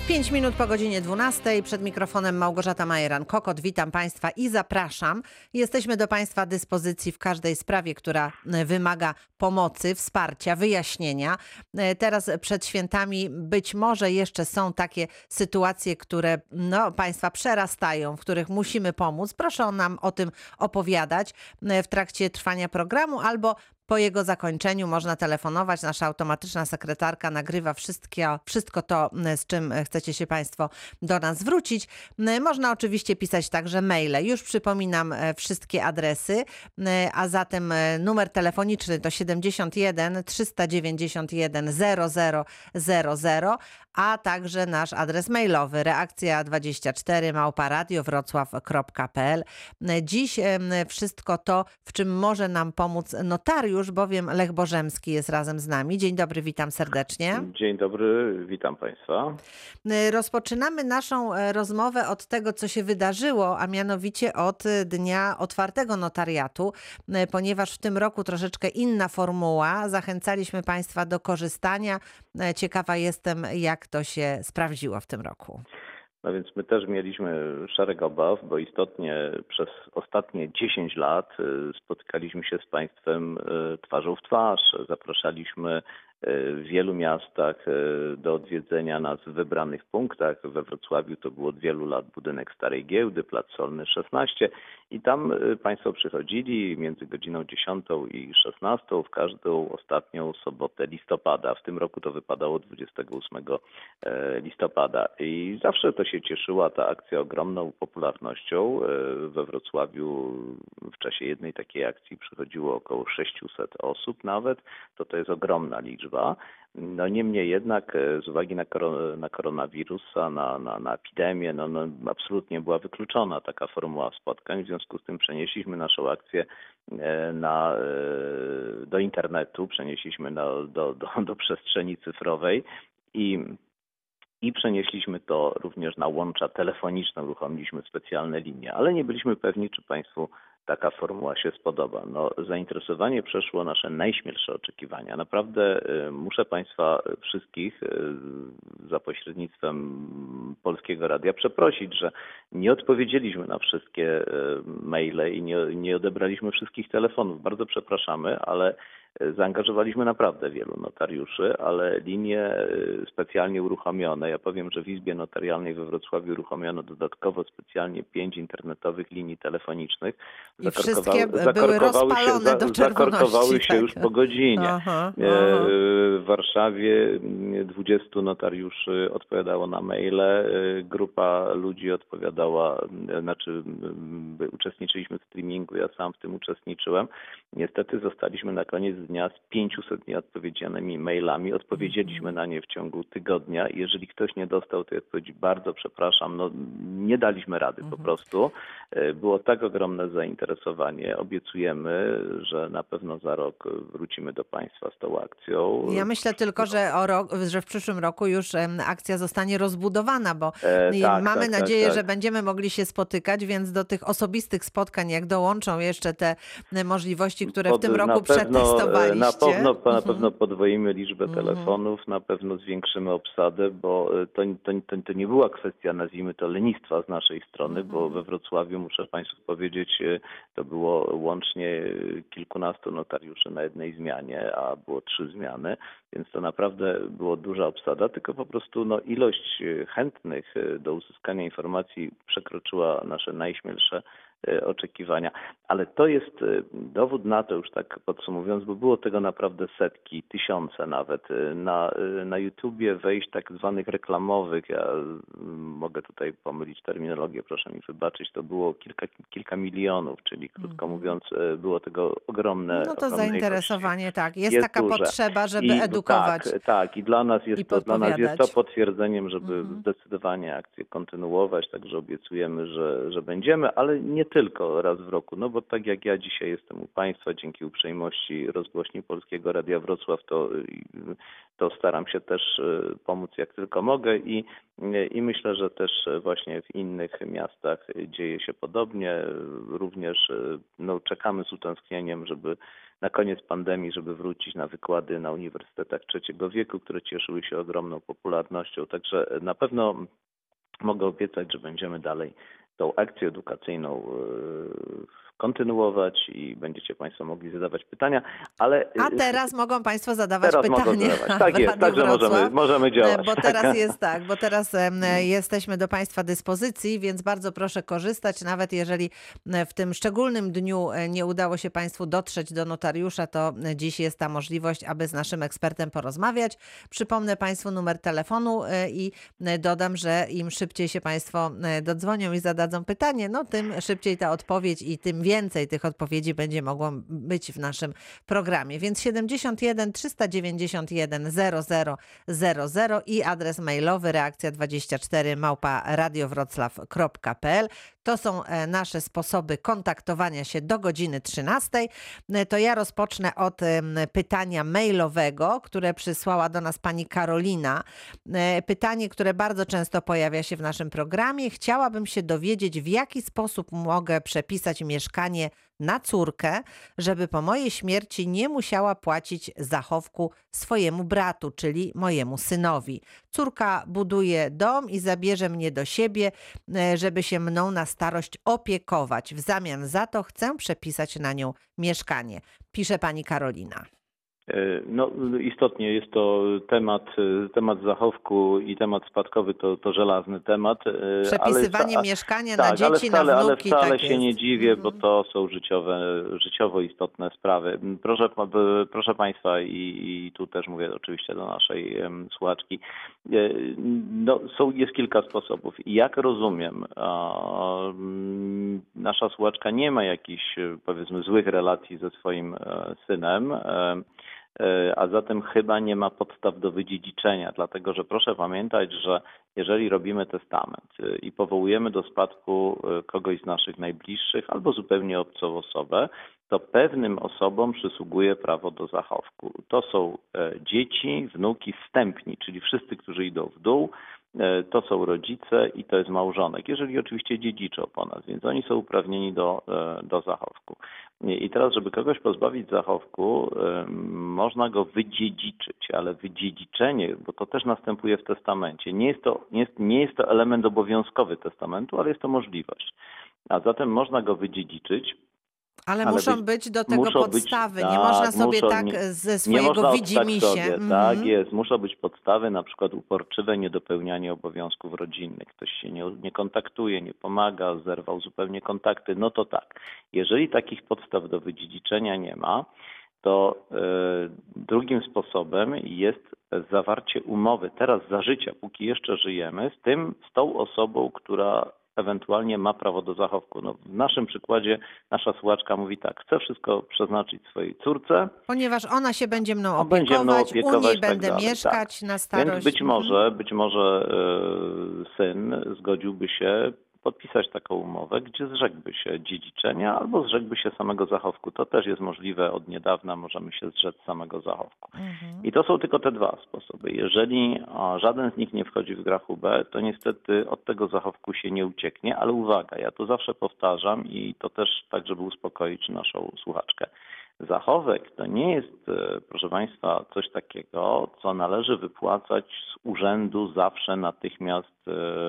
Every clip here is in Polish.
5 minut po godzinie 12. Przed mikrofonem Małgorzata Majeran-Kokot. Witam Państwa i zapraszam. Jesteśmy do Państwa dyspozycji w każdej sprawie, która wymaga pomocy, wsparcia, wyjaśnienia. Teraz przed świętami być może jeszcze są takie sytuacje, które Państwa przerastają, w których musimy pomóc. Proszę nam o tym opowiadać w trakcie trwania programu albo po jego zakończeniu. Można telefonować. Nasza automatyczna sekretarka nagrywa wszystko to, z czym chcecie się Państwo do nas zwrócić. Można oczywiście pisać także maile. Już przypominam wszystkie adresy, a zatem numer telefoniczny to 71 391 0000, a także nasz adres mailowy reakcja24@radiowrocław.pl. Dziś wszystko to, w czym może nam pomóc notariusz, bowiem Lech Bożemski jest razem z nami. Dzień dobry, witam serdecznie. Dzień dobry, witam Państwa. Rozpoczynamy naszą rozmowę od tego, co się wydarzyło, a mianowicie od Dnia Otwartego Notariatu, ponieważ w tym roku troszeczkę inna formuła. Zachęcaliśmy Państwa do korzystania. Ciekawa jestem, jak to się sprawdziło w tym roku. No więc my też mieliśmy szereg obaw, bo istotnie przez ostatnie 10 lat spotykaliśmy się z Państwem twarzą w twarz. Zapraszaliśmy w wielu miastach do odwiedzenia nas w wybranych punktach. We Wrocławiu to było od wielu lat budynek Starej Giełdy, Plac Solny 16 i tam Państwo przychodzili między godziną 10 i 16 w każdą ostatnią sobotę listopada. W tym roku to wypadało 28 listopada i zawsze to się cieszyła ta akcja ogromną popularnością. We Wrocławiu w czasie jednej takiej akcji przychodziło około 600 osób nawet. To jest ogromna liczba. No niemniej jednak z uwagi na koronawirusa, na epidemię, absolutnie była wykluczona taka formuła spotkań. W związku z tym przenieśliśmy naszą akcję do internetu, przenieśliśmy do przestrzeni cyfrowej i przenieśliśmy to również na łącza telefoniczne, uruchomiliśmy specjalne linie, ale nie byliśmy pewni, czy Państwu taka formuła się spodoba. Zainteresowanie przeszło nasze najśmielsze oczekiwania. Naprawdę muszę Państwa wszystkich za pośrednictwem Polskiego Radia przeprosić, że nie odpowiedzieliśmy na wszystkie maile i nie odebraliśmy wszystkich telefonów. Bardzo przepraszamy, ale zaangażowaliśmy naprawdę wielu notariuszy, ale linie specjalnie uruchomione. Ja powiem, że w Izbie Notarialnej we Wrocławiu uruchomiono dodatkowo specjalnie 5 internetowych linii telefonicznych. I wszystkie były rozpalone do czerwoności. Zakorkowały się tak. już po godzinie. W Warszawie 20 notariuszy odpowiadało na maile, grupa ludzi uczestniczyliśmy w streamingu, ja sam w tym uczestniczyłem. Niestety zostaliśmy na koniec dnia z 500 nieodpowiedzianymi mailami. Odpowiedzieliśmy na nie w ciągu tygodnia. Jeżeli ktoś nie dostał tej odpowiedzi, bardzo przepraszam, nie daliśmy rady po prostu. Było tak ogromne zainteresowanie. Obiecujemy, że na pewno za rok wrócimy do Państwa z tą akcją. Ja myślę tylko, że w przyszłym roku już akcja zostanie rozbudowana, bo mamy nadzieję, że będziemy mogli się spotykać, więc do tych osobistych spotkań, jak dołączą jeszcze te możliwości, które w tym roku przetestowaliście. Na pewno podwoimy liczbę telefonów, na pewno zwiększymy obsadę, bo to nie była kwestia, nazwijmy to, lenistwa z naszej strony, bo we Wrocławiu, muszę Państwu powiedzieć, to było łącznie kilkunastu notariuszy na jednej zmianie, a było 3 zmiany, więc to naprawdę była duża obsada, tylko po prostu ilość chętnych do uzyskania informacji przekroczyła nasze najśmielsze oczekiwania. Ale to jest dowód na to, już tak podsumowując, bo było tego naprawdę setki, tysiące nawet. Na YouTubie wejść tak zwanych reklamowych, ja mogę tutaj pomylić terminologię, proszę mi wybaczyć, to było kilka milionów, czyli krótko mówiąc było tego ogromne zainteresowanie, tak. Jest taka duże potrzeba, żeby edukować. Tak. I dla nas jest to potwierdzeniem, żeby zdecydowanie akcję kontynuować, także obiecujemy, że będziemy, ale nie tylko raz w roku, no bo tak jak ja dzisiaj jestem u Państwa, dzięki uprzejmości rozgłośni Polskiego Radia Wrocław, to staram się też pomóc jak tylko mogę i myślę, że też właśnie w innych miastach dzieje się podobnie. Również no, czekamy z utęsknieniem, żeby na koniec pandemii, żeby wrócić na wykłady na uniwersytetach trzeciego wieku, które cieszyły się ogromną popularnością. Także na pewno mogę obiecać, że będziemy dalej tą akcję edukacyjną kontynuować i będziecie Państwo mogli zadawać pytania, ale... A teraz mogą Państwo zadawać teraz pytania. Mogą zadawać. Tak jest, także możemy działać. Bo teraz jest tak, bo teraz jesteśmy do Państwa dyspozycji, więc bardzo proszę korzystać, nawet jeżeli w tym szczególnym dniu nie udało się Państwu dotrzeć do notariusza, to dziś jest ta możliwość, aby z naszym ekspertem porozmawiać. Przypomnę Państwu numer telefonu i dodam, że im szybciej się Państwo dodzwonią i zadadzą pytanie, no tym szybciej ta odpowiedź i tym więcej tych odpowiedzi będzie mogło być w naszym programie. Więc 71 391 0000 i adres mailowy reakcja24@radiowroclaw.pl. To są nasze sposoby kontaktowania się do godziny 13. To ja rozpocznę od pytania mailowego, które przysłała do nas pani Karolina. Pytanie, które bardzo często pojawia się w naszym programie. Chciałabym się dowiedzieć, w jaki sposób mogę przepisać mieszkanie na córkę, żeby po mojej śmierci nie musiała płacić zachowku swojemu bratu, czyli mojemu synowi. Córka buduje dom i zabierze mnie do siebie, żeby się mną na starość opiekować. W zamian za to chcę przepisać na nią mieszkanie. Pisze pani Karolina. No istotnie jest to temat zachowku i temat spadkowy to żelazny temat. Przepisywanie mieszkania na dzieci, na wnuki. Ale wcale tak się jest. nie dziwię, bo to są życiowo istotne sprawy. Proszę Państwa i tu też mówię oczywiście do naszej słuchaczki, no, jest kilka sposobów. Jak rozumiem, nasza słuchaczka nie ma jakichś powiedzmy złych relacji ze swoim synem, a zatem chyba nie ma podstaw do wydziedziczenia, dlatego że proszę pamiętać, że jeżeli robimy testament i powołujemy do spadku kogoś z naszych najbliższych albo zupełnie obcą osobę, to pewnym osobom przysługuje prawo do zachowku. To są dzieci, wnuki wstępni, czyli wszyscy, którzy idą w dół, to są rodzice i to jest małżonek, jeżeli oczywiście dziedziczą po nas, więc oni są uprawnieni do zachowku. I teraz, żeby kogoś pozbawić zachowku, można go wydziedziczyć, ale wydziedziczenie, bo to też następuje w testamencie, nie jest to element obowiązkowy testamentu, ale jest to możliwość. A zatem można go wydziedziczyć. Ale muszą być do tego podstawy. Nie można sobie ze swojego widzimisię. Tak jest. Muszą być podstawy, na przykład uporczywe niedopełnianie obowiązków rodzinnych. Ktoś się nie kontaktuje, nie pomaga, zerwał zupełnie kontakty. No to tak. Jeżeli takich podstaw do wydziedziczenia nie ma, to drugim sposobem jest zawarcie umowy teraz za życia, póki jeszcze żyjemy, z tą osobą, która ewentualnie ma prawo do zachowku. No, w naszym przykładzie nasza słuchaczka mówi tak, chcę wszystko przeznaczyć swojej córce. Ponieważ ona się będzie mną opiekować, u niej będę mieszkać na starość. Więc być może syn zgodziłby się podpisać taką umowę, gdzie zrzekłby się dziedziczenia albo zrzekłby się samego zachowku. To też jest możliwe od niedawna, możemy się zrzec samego zachowku. I to są tylko te dwa sposoby. Jeżeli żaden z nich nie wchodzi w rachubę, to niestety od tego zachowku się nie ucieknie, ale uwaga, ja to zawsze powtarzam i to też tak, żeby uspokoić naszą słuchaczkę. Zachowek to nie jest, proszę Państwa, coś takiego, co należy wypłacać z urzędu zawsze natychmiast,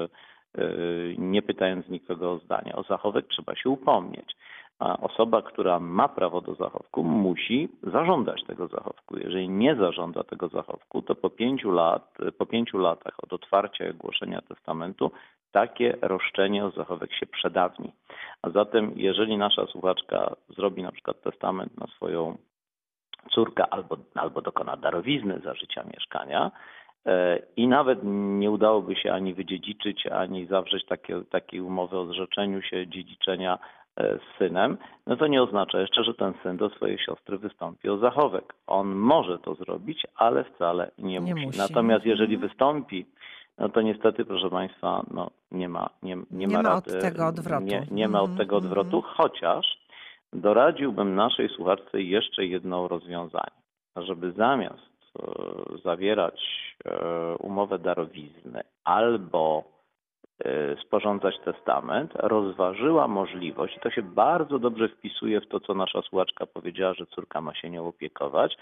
nie pytając nikogo o zdanie. O zachowek trzeba się upomnieć. A osoba, która ma prawo do zachowku, musi zażądać tego zachowku. Jeżeli nie zażąda tego zachowku, to po 5 latach od otwarcia i ogłoszenia testamentu takie roszczenie o zachowek się przedawni. A zatem, jeżeli nasza słuchaczka zrobi na przykład testament na swoją córkę albo dokona darowizny za życia mieszkania, i nawet nie udałoby się ani wydziedziczyć, ani zawrzeć takiej umowy o zrzeczeniu się dziedziczenia z synem, no to nie oznacza jeszcze, że ten syn do swojej siostry wystąpi o zachowek. On może to zrobić, ale wcale nie musi. Natomiast jeżeli wystąpi no to niestety, proszę Państwa, no nie ma Nie ma od rady, tego odwrotu. nie ma od tego odwrotu, chociaż doradziłbym naszej słuchaczce jeszcze jedno rozwiązanie, żeby zamiast zawierać umowę darowizny albo sporządzać testament, rozważyła możliwość, i to się bardzo dobrze wpisuje w to, co nasza słuchaczka powiedziała, że córka ma się nią opiekować,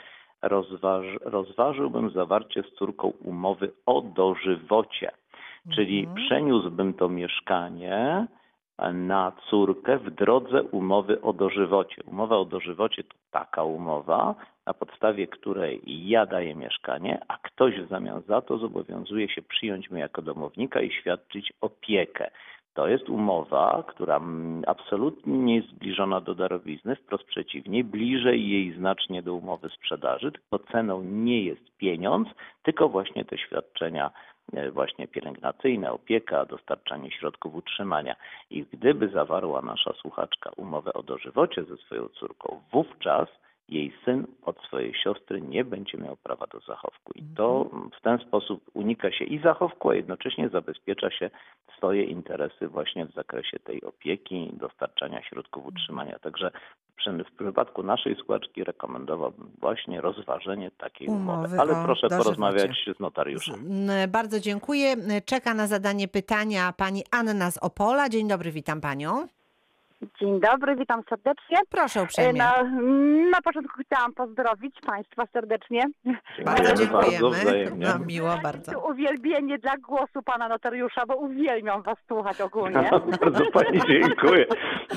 rozważyłbym zawarcie z córką umowy o dożywocie, czyli przeniósłbym to mieszkanie na córkę w drodze umowy o dożywocie. Umowa o dożywocie to taka umowa, na podstawie której ja daję mieszkanie, a ktoś w zamian za to zobowiązuje się przyjąć mnie jako domownika i świadczyć opiekę. To jest umowa, która absolutnie nie jest zbliżona do darowizny, wprost przeciwnie, bliżej jej znacznie do umowy sprzedaży, tylko ceną nie jest pieniądz, tylko właśnie te świadczenia właśnie pielęgnacyjne, opieka, dostarczanie środków utrzymania. I gdyby zawarła nasza słuchaczka umowę o dożywocie ze swoją córką, wówczas jej syn od swojej siostry nie będzie miał prawa do zachowku. I to w ten sposób unika się i zachowku, a jednocześnie zabezpiecza się swoje interesy właśnie w zakresie tej opieki, dostarczania środków utrzymania. Także w przypadku naszej słuchaczki rekomendowałbym właśnie rozważenie takiej umowy. Ale proszę porozmawiać z notariuszem. Bardzo dziękuję. Czeka na zadanie pytania pani Anna z Opola. Dzień dobry, witam panią. Dzień dobry, witam serdecznie. Proszę uprzejmie. Na początku chciałam pozdrowić Państwa serdecznie. Bardzo dziękujemy. Wzajemnie. No, miło bardzo. Uwielbienie dla głosu pana notariusza, bo uwielbiam was słuchać ogólnie. Bardzo pani dziękuję.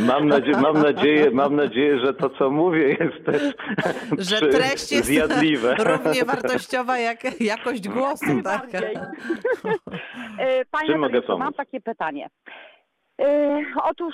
Mam nadzieję, że to, co mówię, jest też że treść jest zjadliwe. równie wartościowa jak jakość głosu. Tak? Panie notariuszu, mam takie pytanie. Otóż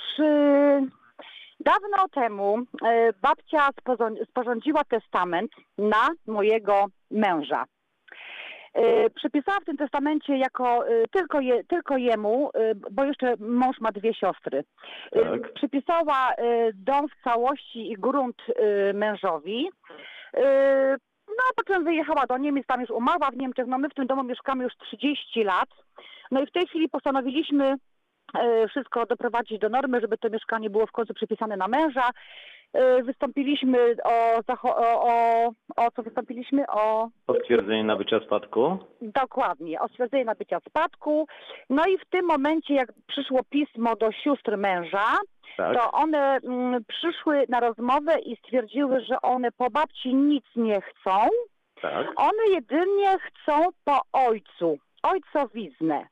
dawno temu babcia sporządziła testament na mojego męża. Przypisała w tym testamencie jako tylko jemu, bo jeszcze mąż ma 2 siostry. Tak. Przypisała dom w całości i grunt mężowi. No a potem wyjechała do Niemiec, tam już umarła w Niemczech. No my w tym domu mieszkamy już 30 lat. No i w tej chwili postanowiliśmy wszystko doprowadzić do normy, żeby to mieszkanie było w końcu przypisane na męża. Wystąpiliśmy o co wystąpiliśmy? O stwierdzenie nabycia spadku. Dokładnie, o stwierdzenie nabycia spadku. No i w tym momencie, jak przyszło pismo do sióstr męża, tak, to one przyszły na rozmowę i stwierdziły, że one po babci nic nie chcą. Tak. One jedynie chcą po ojcu, ojcowiznę.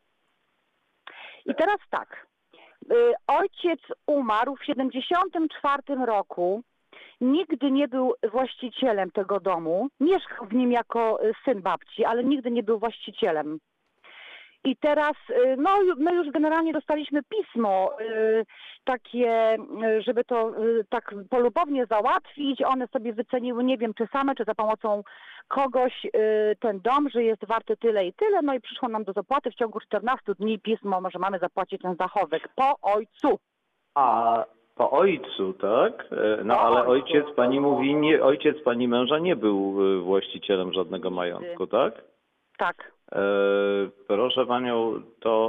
I teraz tak, ojciec umarł w 1974 roku, nigdy nie był właścicielem tego domu, mieszkał w nim jako syn babci, ale nigdy nie był właścicielem. I teraz, no my już generalnie dostaliśmy pismo takie, żeby to tak polubownie załatwić. One sobie wyceniły, nie wiem czy same, czy za pomocą kogoś ten dom, że jest warty tyle i tyle. No i przyszło nam do zapłaty w ciągu 14 dni pismo, że mamy zapłacić ten zachowek po ojcu. A po ojcu, tak? No Po ale ojcu. ojciec pani męża nie był właścicielem żadnego majątku, tak? Tak. Proszę panią,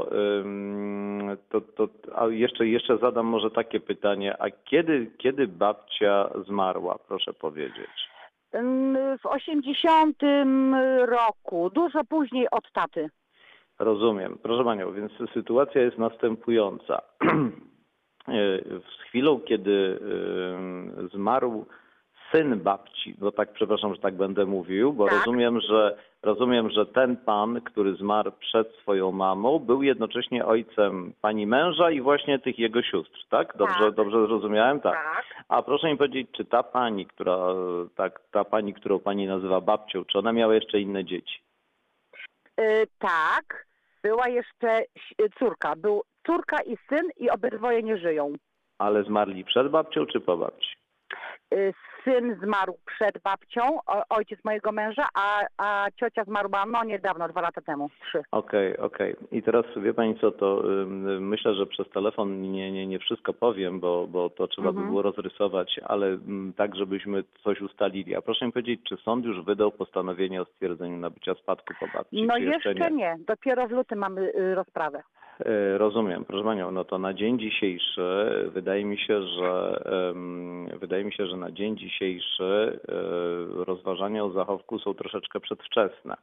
a jeszcze zadam może takie pytanie, a kiedy babcia zmarła, proszę powiedzieć? W 80 roku, dużo później od taty. Rozumiem. Proszę panią, więc sytuacja jest następująca. Z chwilą, kiedy zmarł syn babci, bo tak, przepraszam, że tak będę mówił, bo Tak. rozumiem, że ten pan, który zmarł przed swoją mamą, był jednocześnie ojcem pani męża i właśnie tych jego sióstr, tak? Dobrze zrozumiałem? Tak. A proszę mi powiedzieć, czy ta pani, którą pani nazywa babcią, czy ona miała jeszcze inne dzieci? Tak, była jeszcze córka. Był córka i syn i obydwoje nie żyją. Ale zmarli przed babcią czy po babci? Syn zmarł przed babcią, ojciec mojego męża, a ciocia zmarła niedawno, 2 lata temu, 3. Okej. I teraz wie pani co, to myślę, że przez telefon nie wszystko powiem, bo to trzeba by było rozrysować, ale tak, żebyśmy coś ustalili. A proszę mi powiedzieć, czy sąd już wydał postanowienie o stwierdzeniu nabycia spadku po babci? No czy jeszcze nie. Dopiero w lutym mamy rozprawę. Rozumiem, proszę panią, no to na dzień dzisiejszy wydaje mi się, że na dzień dzisiejszy rozważania o zachowku są troszeczkę przedwczesne.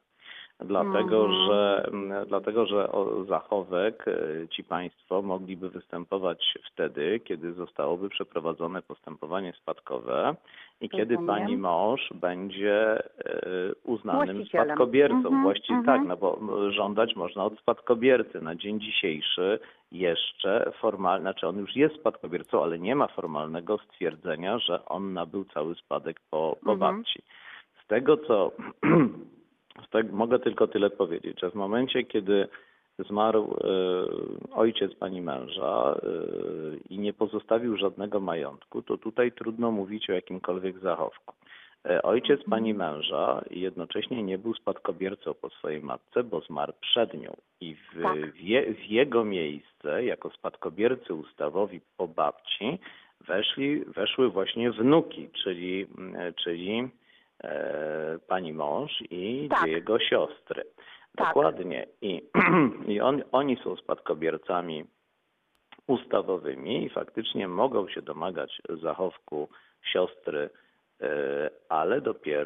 Dlatego, że o zachowek ci państwo mogliby występować wtedy, kiedy zostałoby przeprowadzone postępowanie spadkowe i kiedy pani mąż będzie uznanym spadkobiercą. Tak, no bo żądać można od spadkobiercy. Na dzień dzisiejszy jeszcze formalnie, znaczy on już jest spadkobiercą, ale nie ma formalnego stwierdzenia, że on nabył cały spadek po babci. Z tego co mogę tylko tyle powiedzieć, że w momencie, kiedy zmarł ojciec pani męża i nie pozostawił żadnego majątku, to tutaj trudno mówić o jakimkolwiek zachowku. Ojciec pani męża jednocześnie nie był spadkobiercą po swojej matce, bo zmarł przed nią. I w jego miejsce, jako spadkobiercy ustawowi po babci, weszły właśnie wnuki, czyli pani mąż i dwie jego siostry. Dokładnie. I oni są spadkobiercami ustawowymi i faktycznie mogą się domagać zachowku siostry, ale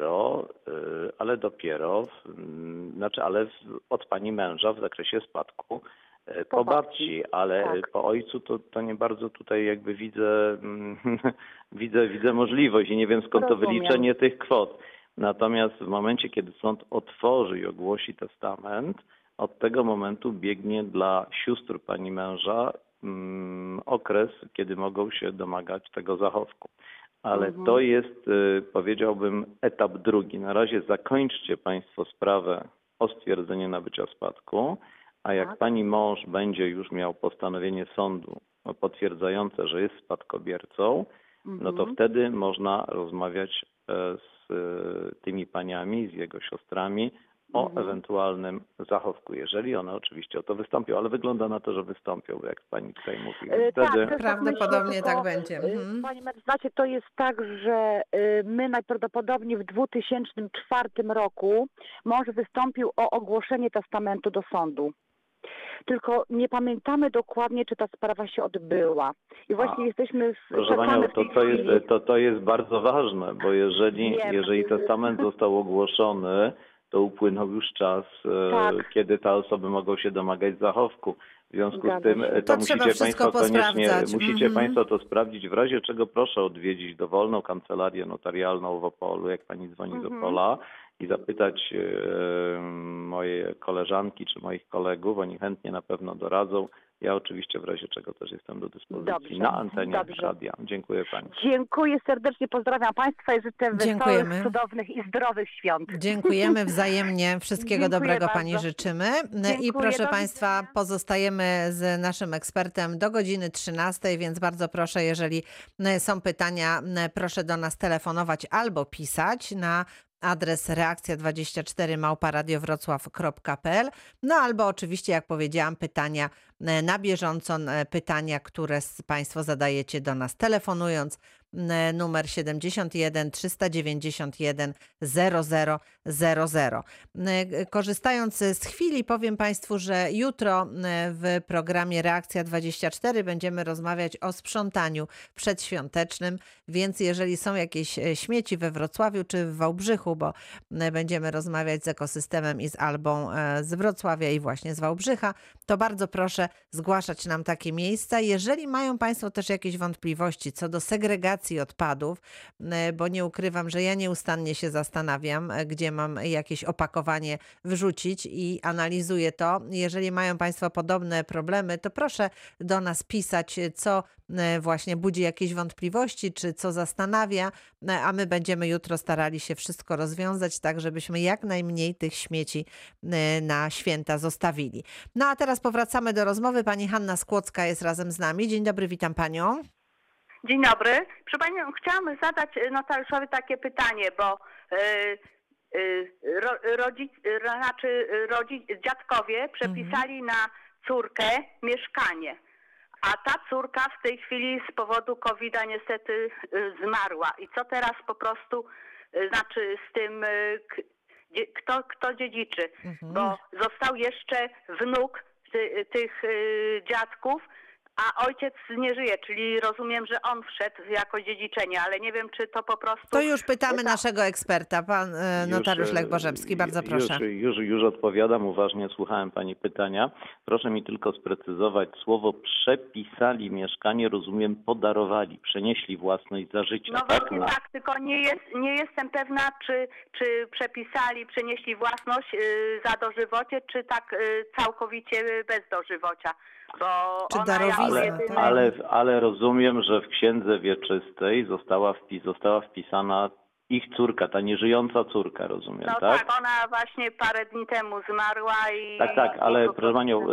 od pani męża w zakresie spadku po babci, ale po ojcu to nie bardzo tutaj jakby widzę możliwość i nie wiem skąd to wyliczenie tych kwot. Natomiast w momencie, kiedy sąd otworzy i ogłosi testament, od tego momentu biegnie dla sióstr pani męża okres, kiedy mogą się domagać tego zachowku. Ale to jest, powiedziałbym, etap drugi. Na razie zakończcie państwo sprawę o stwierdzenie nabycia spadku, a jak pani mąż będzie już miał postanowienie sądu potwierdzające, że jest spadkobiercą, no to wtedy można rozmawiać z tymi paniami, z jego siostrami o ewentualnym zachowku, jeżeli one oczywiście o to wystąpią, ale wygląda na to, że wystąpią, jak pani tutaj mówi. Wtedy... Tak, prawdopodobnie tak będzie. Pani mecenasie, to jest tak, że my najprawdopodobniej w 2004 roku mąż wystąpił o ogłoszenie testamentu do sądu. Tylko nie pamiętamy dokładnie, czy ta sprawa się odbyła. I właśnie jesteśmy Proszę panią, to jest bardzo ważne, bo jeżeli testament został ogłoszony, to upłynął już czas, kiedy te osoby mogą się domagać zachowku. W związku z tym to musicie państwo to sprawdzić. W razie czego proszę odwiedzić dowolną kancelarię notarialną w Opolu, jak pani dzwoni z Opola, i zapytać moje koleżanki czy moich kolegów. Oni chętnie na pewno doradzą. Ja oczywiście w razie czego też jestem do dyspozycji na antenie radia. Dziękuję pani. Dziękuję serdecznie, pozdrawiam państwa i życzę wesołych, cudownych i zdrowych świąt. Dziękujemy wzajemnie. Wszystkiego dobrego pani życzymy. I proszę państwa, pozostajemy z naszym ekspertem do godziny 13, więc bardzo proszę, jeżeli są pytania, proszę do nas telefonować albo pisać na adres reakcja24@radiowrocław.pl. No albo oczywiście, jak powiedziałam, pytania na bieżąco, pytania, które państwo zadajecie do nas telefonując. Numer 71 391 0000. Korzystając z chwili, powiem państwu, że jutro w programie Reakcja 24 będziemy rozmawiać o sprzątaniu przedświątecznym, więc jeżeli są jakieś śmieci we Wrocławiu czy w Wałbrzychu, bo będziemy rozmawiać z Ekosystemem i z Albą z Wrocławia i właśnie z Wałbrzycha, to bardzo proszę zgłaszać nam takie miejsca. Jeżeli mają państwo też jakieś wątpliwości co do segregacji odpadów, bo nie ukrywam, że ja nieustannie się zastanawiam, gdzie mam jakieś opakowanie wrzucić i analizuję to. Jeżeli mają państwo podobne problemy, to proszę do nas pisać, co właśnie budzi jakieś wątpliwości, czy co zastanawia, a my będziemy jutro starali się wszystko rozwiązać, tak żebyśmy jak najmniej tych śmieci na święta zostawili. No a teraz powracamy do rozmowy. Pani Hanna Skłocka jest razem z nami. Dzień dobry, witam panią. Dzień dobry. Proszę Panią, chciałam zadać notariuszowi takie pytanie, bo dziadkowie przepisali na córkę mieszkanie, a ta córka w tej chwili z powodu COVID-a niestety zmarła. I co teraz po prostu znaczy z tym, kto dziedziczy? Bo został jeszcze wnuk tych dziadków, a ojciec nie żyje, czyli rozumiem, że on wszedł jako dziedziczenie, ale nie wiem, czy to po prostu... To już pytamy naszego eksperta, pan notariusz Lech Bożemski. Bardzo proszę. Już odpowiadam, uważnie słuchałem pani pytania. Proszę mi tylko sprecyzować słowo przepisali mieszkanie, rozumiem podarowali, przenieśli własność za życia. No tak? właśnie tak, tylko nie jestem pewna, czy przepisali, przenieśli własność za dożywocie, czy tak całkowicie bez dożywocia. Bo Czy ona darowizna, Ale rozumiem, że w księdze wieczystej została wpisana ich córka, ta nieżyjąca córka, rozumiem, no tak? tak, ona właśnie parę dni temu zmarła i... Tak, ale proszę panią,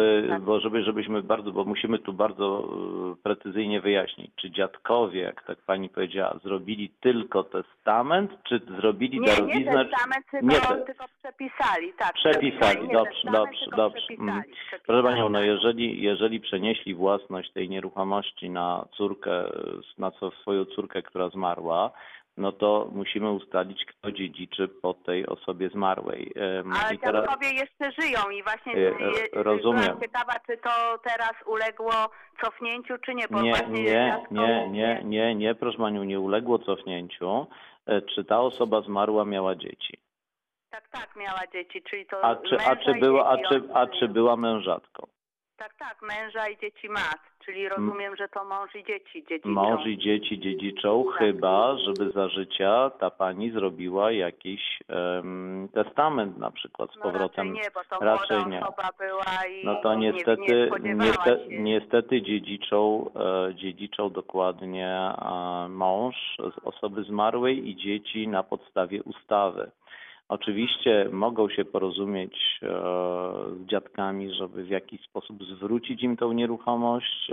bo musimy tu bardzo precyzyjnie wyjaśnić, czy dziadkowie, jak tak pani powiedziała, zrobili tylko testament, czy zrobili darowiznę? Nie testament, tylko przepisali, tak. Przepisali, dobrze. Przepisali. Proszę panią, no jeżeli przenieśli własność tej nieruchomości na córkę, swoją córkę, która zmarła, no to musimy ustalić, kto dziedziczy po tej osobie zmarłej. Ale dziadkowie jeszcze żyją i właśnie rozumiem. byłam ciekawa, czy to teraz uległo cofnięciu, czy nie. Bo Nie, proszę panią, nie uległo cofnięciu. Czy ta osoba zmarła miała dzieci? Tak, miała dzieci, czyli to czy była mężatką? Tak, męża i dzieci ma, czyli rozumiem, że to mąż i dzieci dziedziczą. Mąż i dzieci dziedziczą, chyba żeby za życia ta pani zrobiła jakiś testament na przykład z powrotem. Raczej nie, bo to raczej młoda nie. osoba była i no to niestety dziedziczą dokładnie mąż z osoby zmarłej i dzieci na podstawie ustawy. Oczywiście mogą się porozumieć z dziadkami, żeby w jakiś sposób zwrócić im tą nieruchomość,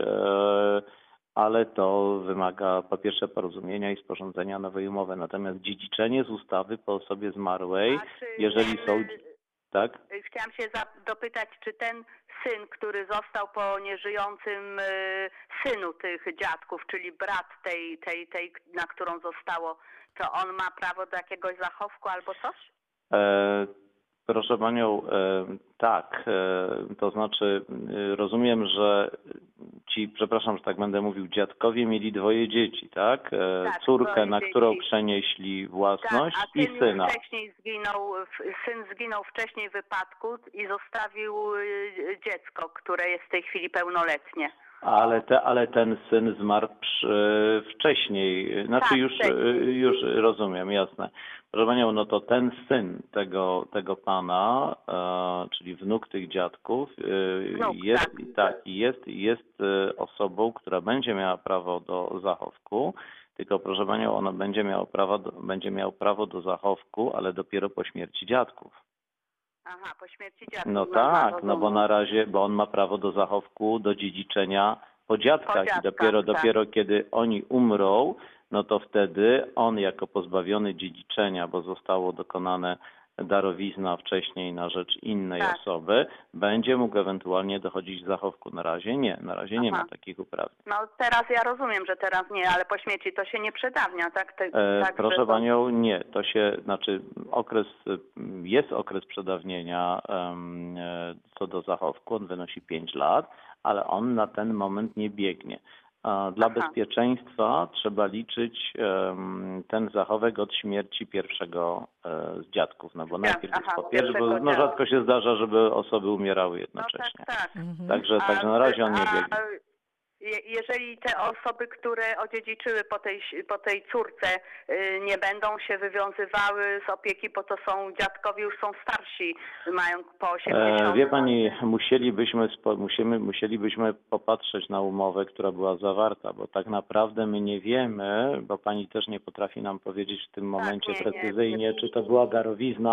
ale to wymaga po pierwsze porozumienia i sporządzenia nowej umowy. Natomiast dziedziczenie z ustawy po osobie zmarłej, jeżeli są... Tak? Chciałam się dopytać, czy ten syn, który został po nieżyjącym synu tych dziadków, czyli brat tej, na którą zostało, to on ma prawo do jakiegoś zachowku albo coś? Proszę panią, tak, to znaczy rozumiem, że przepraszam, że tak będę mówił, dziadkowie mieli dwoje dzieci, tak? Córkę, na którą przenieśli własność i syna. Syn zginął wcześniej w wypadku i zostawił dziecko, które jest w tej chwili pełnoletnie. Ale ten syn zmarł wcześniej, znaczy już rozumiem, jasne. Proszę panią, no to ten syn tego pana, czyli wnuk tych dziadków, jest osobą, która będzie miała prawo do zachowku, tylko proszę panią, ona będzie miał prawo do zachowku, ale dopiero po śmierci dziadków. Aha, po śmierci dziadków. No tak, no bo na razie, bo on ma prawo do zachowku, do dziedziczenia po dziadkach i dopiero kiedy oni umrą, no to wtedy on jako pozbawiony dziedziczenia, bo zostało dokonane darowizna wcześniej na rzecz innej osoby, będzie mógł ewentualnie dochodzić zachowku. Na razie nie ma takich uprawnień. No teraz ja rozumiem, że teraz nie, ale po śmierci to się nie przedawnia, tak? Proszę panią, nie. To się, znaczy jest okres przedawnienia co do zachowku, on wynosi 5 lat, ale on na ten moment nie biegnie. Dla bezpieczeństwa trzeba liczyć ten zachowek od śmierci pierwszego z dziadków, no bo najpierw jest po pierwsze, bo rzadko się zdarza, żeby osoby umierały jednocześnie. No Także na razie on nie biegnie. Jeżeli te osoby, które odziedziczyły po tej córce, nie będą się wywiązywały z opieki, bo to są dziadkowie, już są starsi, mają po 80. Wie pani, musielibyśmy popatrzeć na umowę, która była zawarta, bo tak naprawdę my nie wiemy, bo pani też nie potrafi nam powiedzieć w tym momencie precyzyjnie, czy to była darowizna,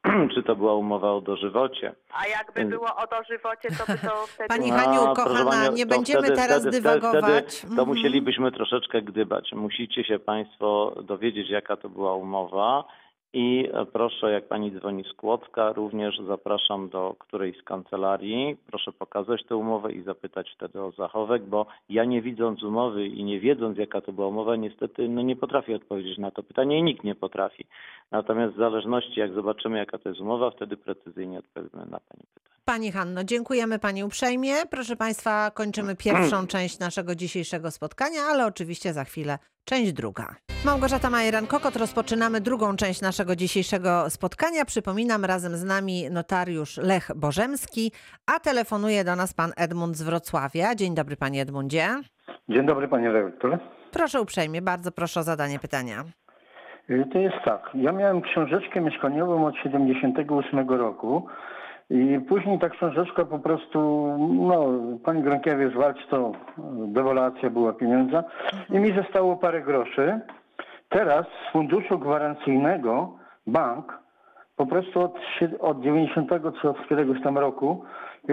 czy to była umowa o dożywocie. A jakby było o dożywocie, to by to wtedy... Pani Haniu, proszę kochana, pani, nie to będziemy wtedy, teraz wtedy, dywagować. Wtedy to musielibyśmy troszeczkę gdybać. Musicie się państwo dowiedzieć, jaka to była umowa i proszę, jak pani dzwoni z Kłodzka, również zapraszam do którejś z kancelarii. Proszę pokazać tę umowę i zapytać wtedy o zachowek, bo ja nie widząc umowy i nie wiedząc, jaka to była umowa, niestety nie potrafię odpowiedzieć na to pytanie i nikt nie potrafi. Natomiast w zależności, jak zobaczymy, jaka to jest umowa, wtedy precyzyjnie odpowiemy na pani pytanie. Pani Hanno, dziękujemy pani uprzejmie. Proszę państwa, kończymy pierwszą część naszego dzisiejszego spotkania, ale oczywiście za chwilę część druga. Małgorzata Majeran-Kokot, rozpoczynamy drugą część naszego dzisiejszego spotkania. Przypominam, razem z nami notariusz Lech Bożemski, a telefonuje do nas pan Edmund z Wrocławia. Dzień dobry, panie Edmundzie. Dzień dobry, panie redaktorze. Proszę uprzejmie, bardzo proszę o zadanie pytania. To jest tak, ja miałem książeczkę mieszkaniową od 78 roku i później ta książeczka po prostu, pani Gronkiewicz walcz, to dewolucja była pieniądza i mi zostało parę groszy. Teraz z funduszu gwarancyjnego bank po prostu od 90 czy od któregoś tam roku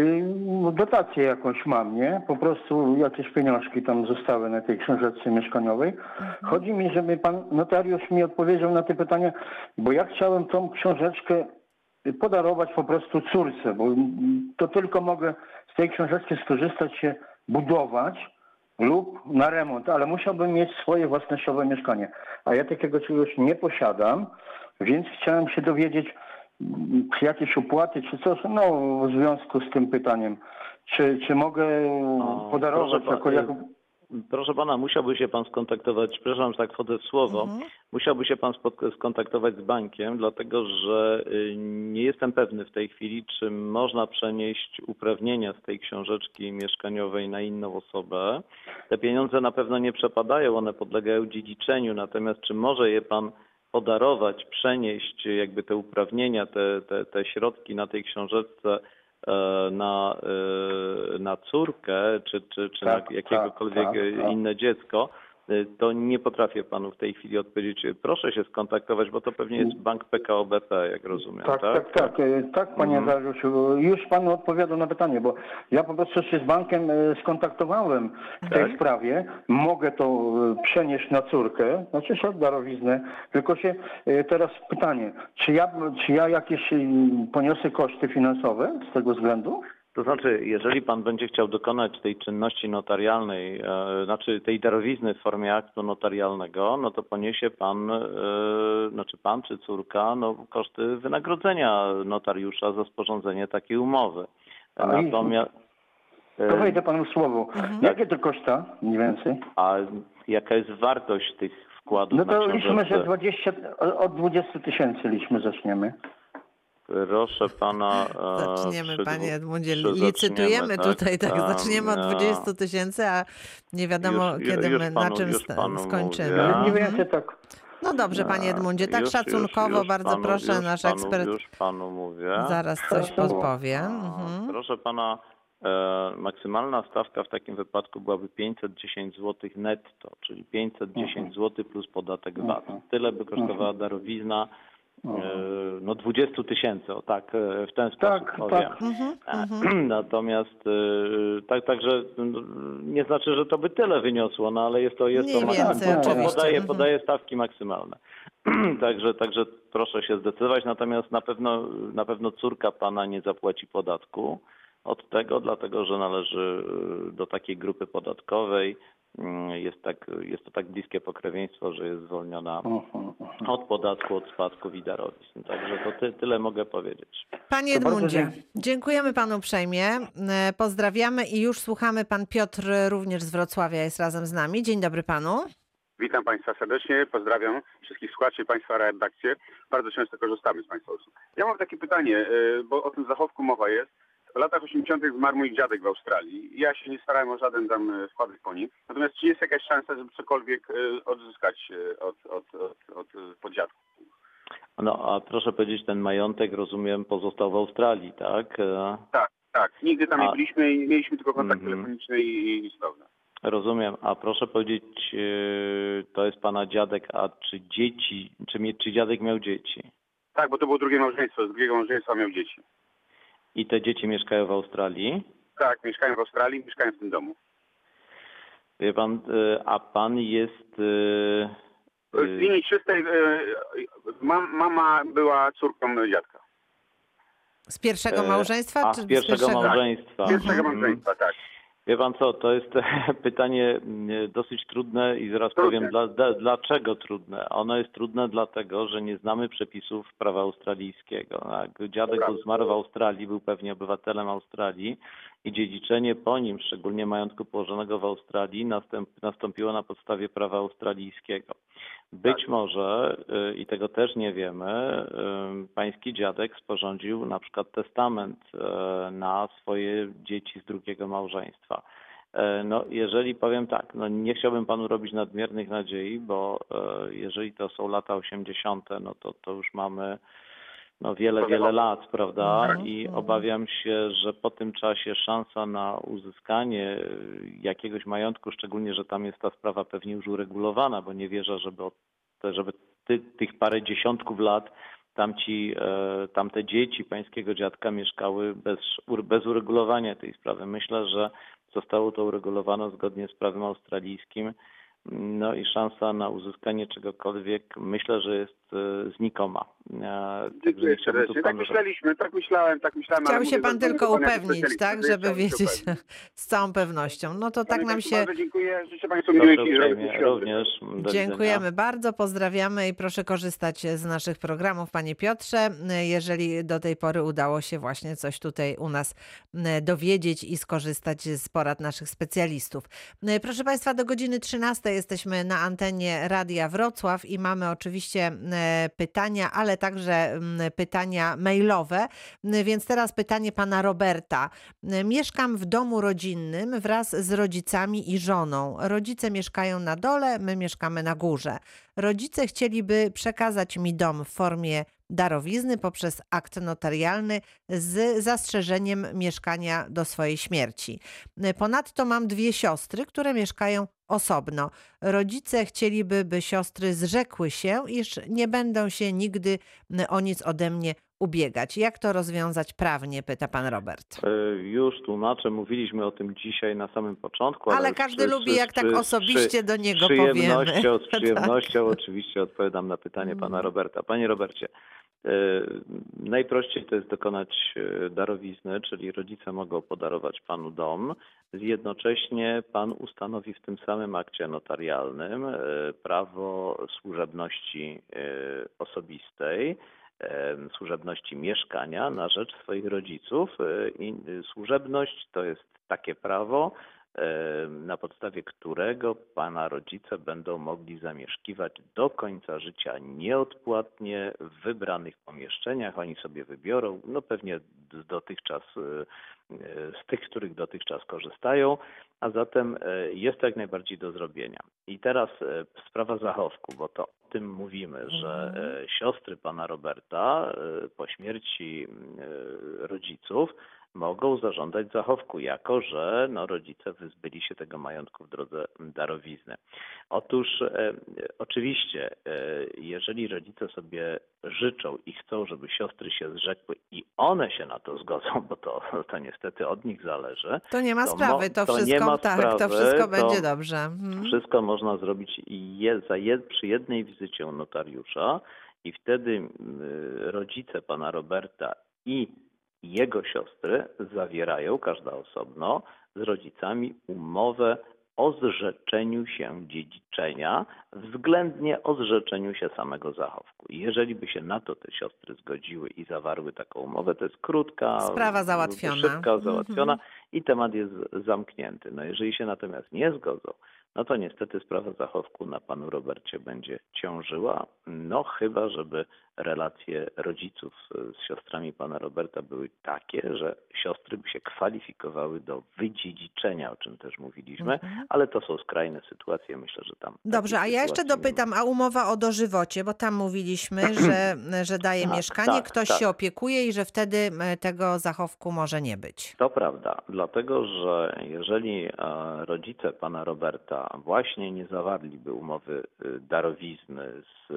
dotację jakąś mam, nie? Po prostu jakieś pieniążki tam zostały na tej książeczce mieszkaniowej. Chodzi mi, żeby pan notariusz mi odpowiedział na te pytania, bo ja chciałem tą książeczkę podarować po prostu córce, bo to tylko mogę z tej książeczki skorzystać, się budować lub na remont, ale musiałbym mieć swoje własnościowe mieszkanie. A ja takiego czegoś nie posiadam, więc chciałem się dowiedzieć, czy jakieś opłaty, czy coś, w związku z tym pytaniem. Czy mogę podarować jako... Proszę pana, musiałby się pan skontaktować, przepraszam, że tak wchodzę w słowo, musiałby się pan skontaktować z bankiem, dlatego że nie jestem pewny w tej chwili, czy można przenieść uprawnienia z tej książeczki mieszkaniowej na inną osobę. Te pieniądze na pewno nie przepadają, one podlegają dziedziczeniu, natomiast czy może je pan podarować, przenieść jakby te uprawnienia, te środki na tej książeczce na córkę, czy na jakiegokolwiek inne dziecko, to nie potrafię panu w tej chwili odpowiedzieć. Proszę się skontaktować, bo to pewnie jest bank PKO BP, jak rozumiem, Tak, panie Dariuszu. Już panu odpowiadam na pytanie, bo ja po prostu się z bankiem skontaktowałem w tej sprawie. Mogę to przenieść na córkę, znaczy darowiznę, tylko się teraz pytanie, czy ja jakieś poniosę koszty finansowe z tego względu? To znaczy, jeżeli pan będzie chciał dokonać tej czynności notarialnej, znaczy tej darowizny w formie aktu notarialnego, no to poniesie pan, pan czy córka, koszty wynagrodzenia notariusza za sporządzenie takiej umowy. Natomiast... To wejdę panu w słowo. Jakie to koszta mniej więcej? A jaka jest wartość tych wkładów? No to liczmy, że od 20 tysięcy zaczniemy. Proszę pana... Zaczniemy, panie Edmundzie, licytujemy tutaj, zaczniemy od 20 tysięcy, a nie wiadomo, na czym skończymy. Mniej więcej tak. No dobrze, panie Edmundzie, tak szacunkowo, bardzo proszę, nasz ekspert już panu mówię. Zaraz coś podpowie. Proszę pana, maksymalna stawka w takim wypadku byłaby 510 zł netto, czyli 510 zł plus podatek VAT. Tyle by kosztowała darowizna. 20 tysięcy, w ten sposób powiem. Natomiast także nie znaczy, że to by tyle wyniosło, ale jest to podaje stawki maksymalne. Także proszę się zdecydować, natomiast na pewno córka pana nie zapłaci podatku od tego, dlatego że należy do takiej grupy podatkowej. Jest to tak bliskie pokrewieństwo, że jest zwolniona od podatku, od spadków i darowizn. Także to tyle mogę powiedzieć. Panie Edmundzie, dziękujemy panu uprzejmie. Pozdrawiamy i już słuchamy. Pan Piotr również z Wrocławia jest razem z nami. Dzień dobry panu. Witam państwa serdecznie, pozdrawiam wszystkich słuchaczy, państwa redakcję. Bardzo często korzystamy z państwa usług. Ja mam takie pytanie, bo o tym zachowku mowa jest. W latach 80. zmarł mój dziadek w Australii. Ja się nie starałem o żaden tam wkład po nim. Natomiast czy jest jakaś szansa, żeby cokolwiek odzyskać od podziadków? A proszę powiedzieć, ten majątek, rozumiem, pozostał w Australii, tak? Tak. Nigdy tam nie byliśmy i mieliśmy tylko kontakt telefoniczny i cudowne. Rozumiem. A proszę powiedzieć, to jest pana dziadek, a czy dziadek miał dzieci? Tak, bo to było drugie małżeństwo. Z drugiego małżeństwa miał dzieci. I te dzieci mieszkają w Australii? Tak, mieszkają w Australii, mieszkają w tym domu. Wie pan, a pan jest... Z linii czystej mama była córką dziadka. Z pierwszego małżeństwa? A, Czy z pierwszego małżeństwa. Z pierwszego małżeństwa, tak. Wie pan co, to jest pytanie dosyć trudne i zaraz Trudne. powiem dlaczego trudne. Ono jest trudne dlatego, że nie znamy przepisów prawa australijskiego. Tak? Dziadek zmarł w Australii, był pewnie obywatelem Australii i dziedziczenie po nim, szczególnie majątku położonego w Australii, nastąpiło na podstawie prawa australijskiego. Być może, i tego też nie wiemy, pański dziadek sporządził na przykład testament na swoje dzieci z drugiego małżeństwa. No, jeżeli powiem tak, no nie chciałbym panu robić nadmiernych nadziei, bo jeżeli to są lata 80., no to już mamy wiele lat, prawda? I obawiam się, że po tym czasie szansa na uzyskanie jakiegoś majątku, szczególnie, że tam jest ta sprawa pewnie już uregulowana, bo nie wierzę, żeby tych parę dziesiątków lat tamte dzieci pańskiego dziadka mieszkały bez uregulowania tej sprawy. Myślę, że zostało to uregulowane zgodnie z prawem australijskim. No i szansa na uzyskanie czegokolwiek myślę, że jest znikoma. Dziękuję serdecznie. Tak myślałem. Chciał się pan tylko upewnić, tak? Żeby wiedzieć z całą pewnością. No to tak nam się... Bardzo dziękuję. Życzę państwu miłych i również. Dziękujemy bardzo, pozdrawiamy i proszę korzystać z naszych programów, panie Piotrze, jeżeli do tej pory udało się właśnie coś tutaj u nas dowiedzieć i skorzystać z porad naszych specjalistów. Proszę państwa, do godziny 13 jesteśmy na antenie Radia Wrocław i mamy oczywiście pytania, ale także pytania mailowe, więc teraz pytanie pana Roberta. Mieszkam w domu rodzinnym wraz z rodzicami i żoną. Rodzice mieszkają na dole, my mieszkamy na górze. Rodzice chcieliby przekazać mi dom w formie darowizny poprzez akt notarialny z zastrzeżeniem mieszkania do swojej śmierci. Ponadto mam 2 siostry, które mieszkają osobno. Rodzice chcieliby, by siostry zrzekły się, iż nie będą się nigdy o nic ode mnie ubiegać. Jak to rozwiązać prawnie, pyta pan Robert. Już tłumaczę, mówiliśmy o tym dzisiaj na samym początku. Ale każdy lubi, jak tak osobiście do niego powiemy. Z przyjemnością oczywiście odpowiadam na pytanie pana Roberta. Panie Robercie, najprościej to jest dokonać darowizny, czyli rodzice mogą podarować panu dom. Jednocześnie pan ustanowi w tym samym akcie notarialnym prawo służebności osobistej, służebności mieszkania na rzecz swoich rodziców. I służebność to jest takie prawo, na podstawie którego pana rodzice będą mogli zamieszkiwać do końca życia nieodpłatnie w wybranych pomieszczeniach. Oni sobie wybiorą, no pewnie z tych, których dotychczas korzystają, a zatem jest to jak najbardziej do zrobienia. I teraz sprawa zachowku, bo to o tym mówimy, że siostry pana Roberta po śmierci rodziców mogą zażądać zachowku, jako że rodzice wyzbyli się tego majątku w drodze darowizny. Otóż oczywiście, jeżeli rodzice sobie życzą i chcą, żeby siostry się zrzekły i one się na to zgodzą, bo to niestety od nich zależy. To nie ma sprawy, to wszystko będzie dobrze. Wszystko można zrobić przy jednej wizycie u notariusza i wtedy rodzice pana Roberta i jego siostry zawierają, każda osobno, z rodzicami umowę o zrzeczeniu się dziedziczenia, względnie o zrzeczeniu się samego zachowku. I jeżeli by się na to te siostry zgodziły i zawarły taką umowę, to jest krótka, sprawa załatwiona. Szybka, załatwiona i temat jest zamknięty. Jeżeli się natomiast nie zgodzą, no to niestety sprawa zachowku na panu Robercie będzie ciążyła, chyba żeby relacje rodziców z siostrami pana Roberta były takie, że siostry by się kwalifikowały do wydziedziczenia, o czym też mówiliśmy, ale to są skrajne sytuacje. Myślę, że tam... Dobrze, a takich ja jeszcze sytuacji nie ma. dopytam, a umowa o dożywocie, bo tam mówiliśmy, że daje Tak, mieszkanie, tak, ktoś tak. się opiekuje i że wtedy tego zachowku może nie być. To prawda, dlatego że jeżeli rodzice pana Roberta właśnie nie zawarliby umowy darowizny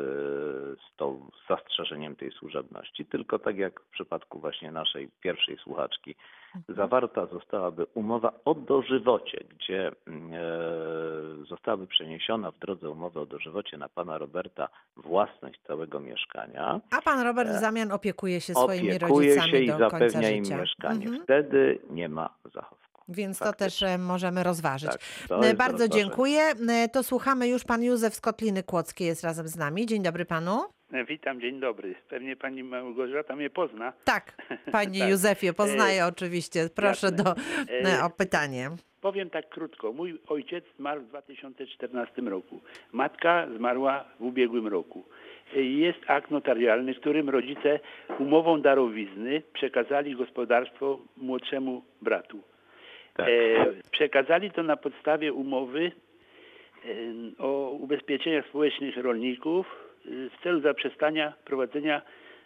z zastrzeżeniem tej służebności, tylko tak jak w przypadku właśnie naszej pierwszej słuchaczki, zawarta zostałaby umowa o dożywocie, gdzie zostałaby przeniesiona w drodze umowy o dożywocie na pana Roberta własność całego mieszkania. A pan Robert w zamian opiekuje się swoimi Opiekuje rodzicami się i do końca zapewnia im życia. mieszkanie. Wtedy nie ma zachowku. Więc to Faktycznie. też możemy rozważyć. Tak, to jest do Bardzo rozważenia. dziękuję. To słuchamy już. Pan Józef z Kotliny Kłodzkiej jest razem z nami. Dzień dobry panu. Witam, dzień dobry. Pewnie pani Małgorzata mnie pozna. Tak, panie Tak. Józefie, poznaję oczywiście. Proszę Jasne. o pytanie. Powiem tak krótko. Mój ojciec zmarł w 2014 roku. Matka zmarła w ubiegłym roku. Jest akt notarialny, w którym rodzice umową darowizny przekazali gospodarstwo młodszemu bratu. Tak. Przekazali to na podstawie umowy o ubezpieczeniach społecznych rolników w celu zaprzestania prowadzenia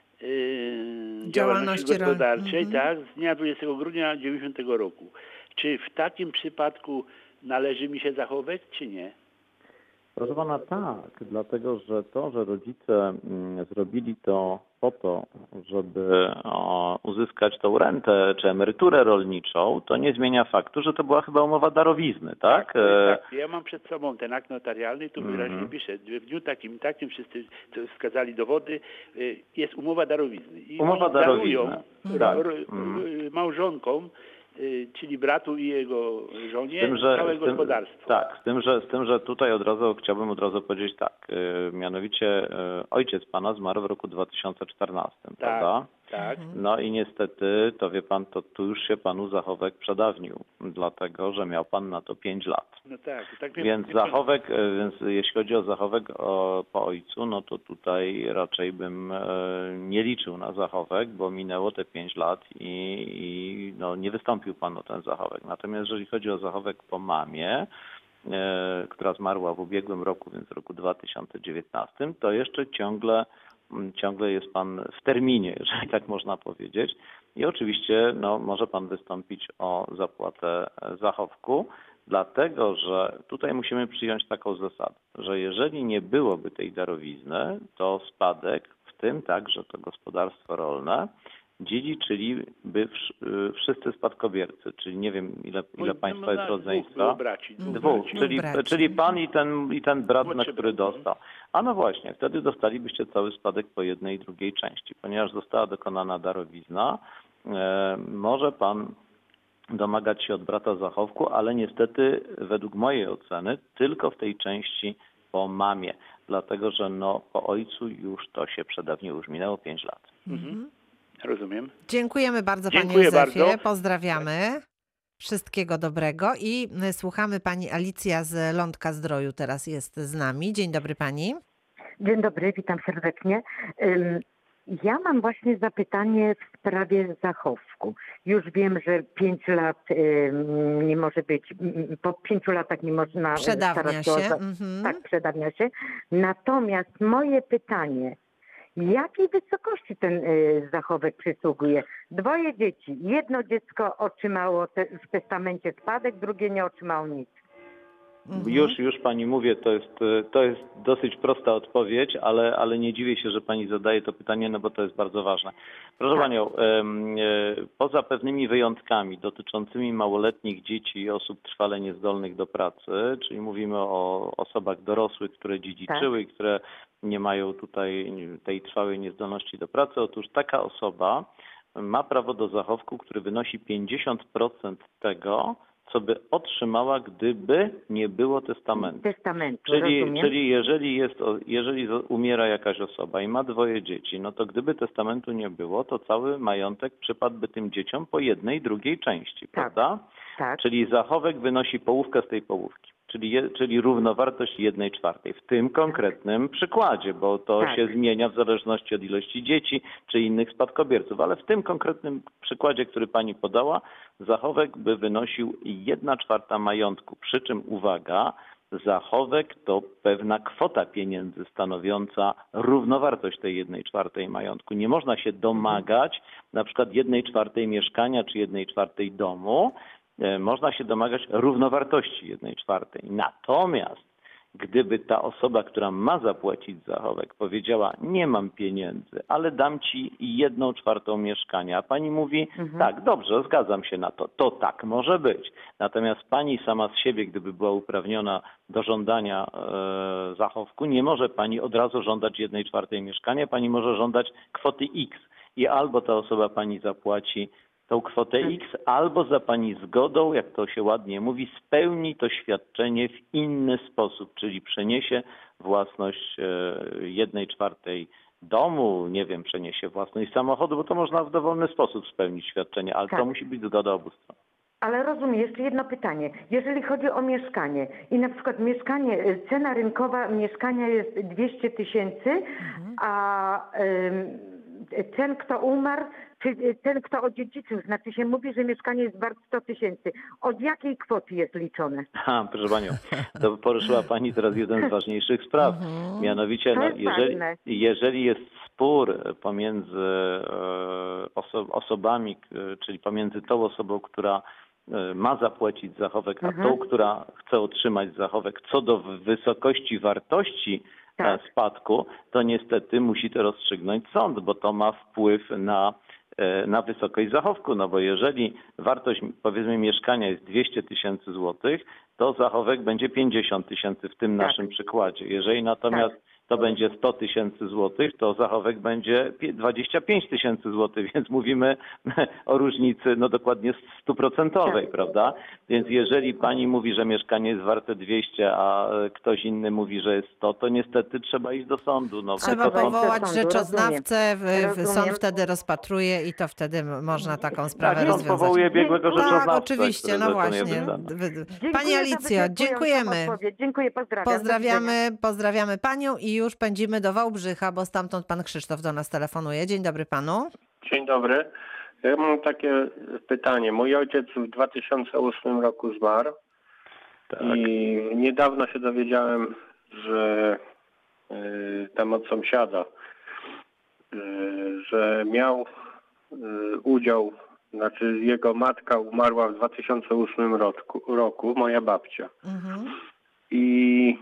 działalności gospodarczej, tak, z dnia 20 grudnia 90 roku. Czy w takim przypadku należy mi się zachowek, czy nie? Proszę pana, tak, dlatego że to, że rodzice zrobili to po to, żeby uzyskać tą rentę czy emeryturę rolniczą, to nie zmienia faktu, że to była chyba umowa darowizny, tak? Tak. Ja mam przed sobą ten akt notarialny, tu wyraźnie pisze, w dniu takim i takim wszyscy wskazali dowody, jest umowa darowizny. I Umowa oni darowizny, darują małżonkom, czyli bratu i jego żonie, całe gospodarstwo. Tak, z tym, że tutaj chciałbym od razu powiedzieć tak, mianowicie ojciec pana zmarł w roku 2014, prawda? Tak. No i niestety, to wie pan, to tu już się panu zachowek przedawnił, dlatego że miał pan na to 5 lat. No tak. Więc jeśli chodzi o zachowek po ojcu, no to tutaj raczej bym nie liczył na zachowek, bo minęło te 5 lat i nie wystąpił pan o ten zachowek. Natomiast jeżeli chodzi o zachowek po mamie, która zmarła w ubiegłym roku, więc w roku 2019, to jeszcze ciągle jest pan w terminie, jeżeli tak można powiedzieć. I oczywiście może pan wystąpić o zapłatę zachowku, dlatego że tutaj musimy przyjąć taką zasadę, że jeżeli nie byłoby tej darowizny, to spadek, w tym także to gospodarstwo rolne, dziedziczyliby wszyscy spadkobiercy, czyli nie wiem ile państwa jest rodzeństwa. Dwóch, czyli pan i ten brat, który dostał. A no właśnie, wtedy dostalibyście cały spadek po jednej i drugiej części. Ponieważ została dokonana darowizna, może pan domagać się od brata zachowku, ale niestety według mojej oceny tylko w tej części po mamie, dlatego że po ojcu już to się przedawniło, już minęło 5 lat. Rozumiem. Dziękujemy bardzo, panie Dziękuję Józefie. bardzo. Pozdrawiamy. Wszystkiego dobrego i słuchamy pani Alicja z Lądka Zdroju teraz jest z nami. Dzień dobry pani. Dzień dobry, witam serdecznie. Ja mam właśnie zapytanie w sprawie zachowku. Już wiem, że 5 lat nie może być, po 5 latach nie można Przedawnia starać się. Tak, przedawnia się. Natomiast moje pytanie, jakiej wysokości ten zachowek przysługuje? 2 dzieci. Jedno dziecko otrzymało w testamencie spadek, drugie nie otrzymało nic. Już pani mówię, to jest dosyć prosta odpowiedź, ale nie dziwię się, że pani zadaje to pytanie, bo to jest bardzo ważne. Proszę panią, poza pewnymi wyjątkami dotyczącymi małoletnich dzieci i osób trwale niezdolnych do pracy, czyli mówimy o osobach dorosłych, które dziedziczyły i które nie mają tutaj tej trwałej niezdolności do pracy, otóż taka osoba ma prawo do zachowku, który wynosi 50% tego, co by otrzymała, gdyby nie było testamentu. Czyli jeżeli umiera jakaś osoba i ma 2 dzieci, no to gdyby testamentu nie było, to cały majątek przypadłby tym dzieciom po jednej, drugiej części, prawda? Tak. Czyli zachowek wynosi połówkę z tej połówki. czyli równowartość 1/4 w tym konkretnym przykładzie, bo to Tak. się zmienia w zależności od ilości dzieci czy innych spadkobierców, ale w tym konkretnym przykładzie, który pani podała, zachowek by wynosił 1/4 majątku, przy czym uwaga, zachowek to pewna kwota pieniędzy stanowiąca równowartość tej 1/4 majątku. Nie można się domagać na przykład 1/4 mieszkania czy 1/4 domu. Można się domagać równowartości 1/4. Natomiast gdyby ta osoba, która ma zapłacić zachowek, powiedziała: nie mam pieniędzy, ale dam ci 1/4 mieszkania, a pani mówi: tak, dobrze, zgadzam się na to, to tak może być. Natomiast pani sama z siebie, gdyby była uprawniona do żądania zachowku, nie może pani od razu żądać 1/4 mieszkania, pani może żądać kwoty X i albo ta osoba pani zapłaci tą kwotę X, albo za pani zgodą, jak to się ładnie mówi, spełni to świadczenie w inny sposób, czyli przeniesie własność 1/4 domu, nie wiem, przeniesie własność samochodu, bo to można w dowolny sposób spełnić świadczenie, ale to musi być zgoda obu stron. Ale rozumiem, jeszcze jedno pytanie. Jeżeli chodzi o mieszkanie i na przykład mieszkanie, cena rynkowa mieszkania jest 200 000, a ten, kto umarł, czy ten, kto odziedziczył, znaczy się mówi, że mieszkanie jest warte 100 000. Od jakiej kwoty jest liczone? Proszę panią, to poruszyła pani teraz jeden z ważniejszych spraw. Mianowicie, jeżeli jest spór pomiędzy osobami, czyli pomiędzy tą osobą, która ma zapłacić zachowek, a tą, która chce otrzymać zachowek, co do wysokości wartości spadku, to niestety musi to rozstrzygnąć sąd, bo to ma wpływ na wysokość zachowku, no bo jeżeli wartość, powiedzmy, mieszkania jest 200 000 złotych, to zachowek będzie 50 000 w tym naszym przykładzie. Jeżeli natomiast to będzie 100 000 złotych, to zachowek będzie 25 000 złotych, więc mówimy o różnicy dokładnie 100%, prawda? Więc jeżeli pani mówi, że mieszkanie jest warte 200, a ktoś inny mówi, że jest 100, to niestety trzeba iść do sądu. Trzeba powołać rzeczoznawcę, sąd wtedy rozpatruje i to wtedy można taką sprawę sąd rozwiązać. powołuje biegłego rzeczoznawcę. Tak, oczywiście, no właśnie. Pani Alicjo, dziękujemy. Dziękuję, pozdrawiam. Pozdrawiamy panią i już pędzimy do Wałbrzycha, bo stamtąd pan Krzysztof do nas telefonuje. Dzień dobry panu. Dzień dobry. Ja mam takie pytanie. Mój ojciec w 2008 roku zmarł i niedawno się dowiedziałem, że tam od sąsiada, że miał udział, znaczy jego matka umarła w 2008 roku, moja babcia. I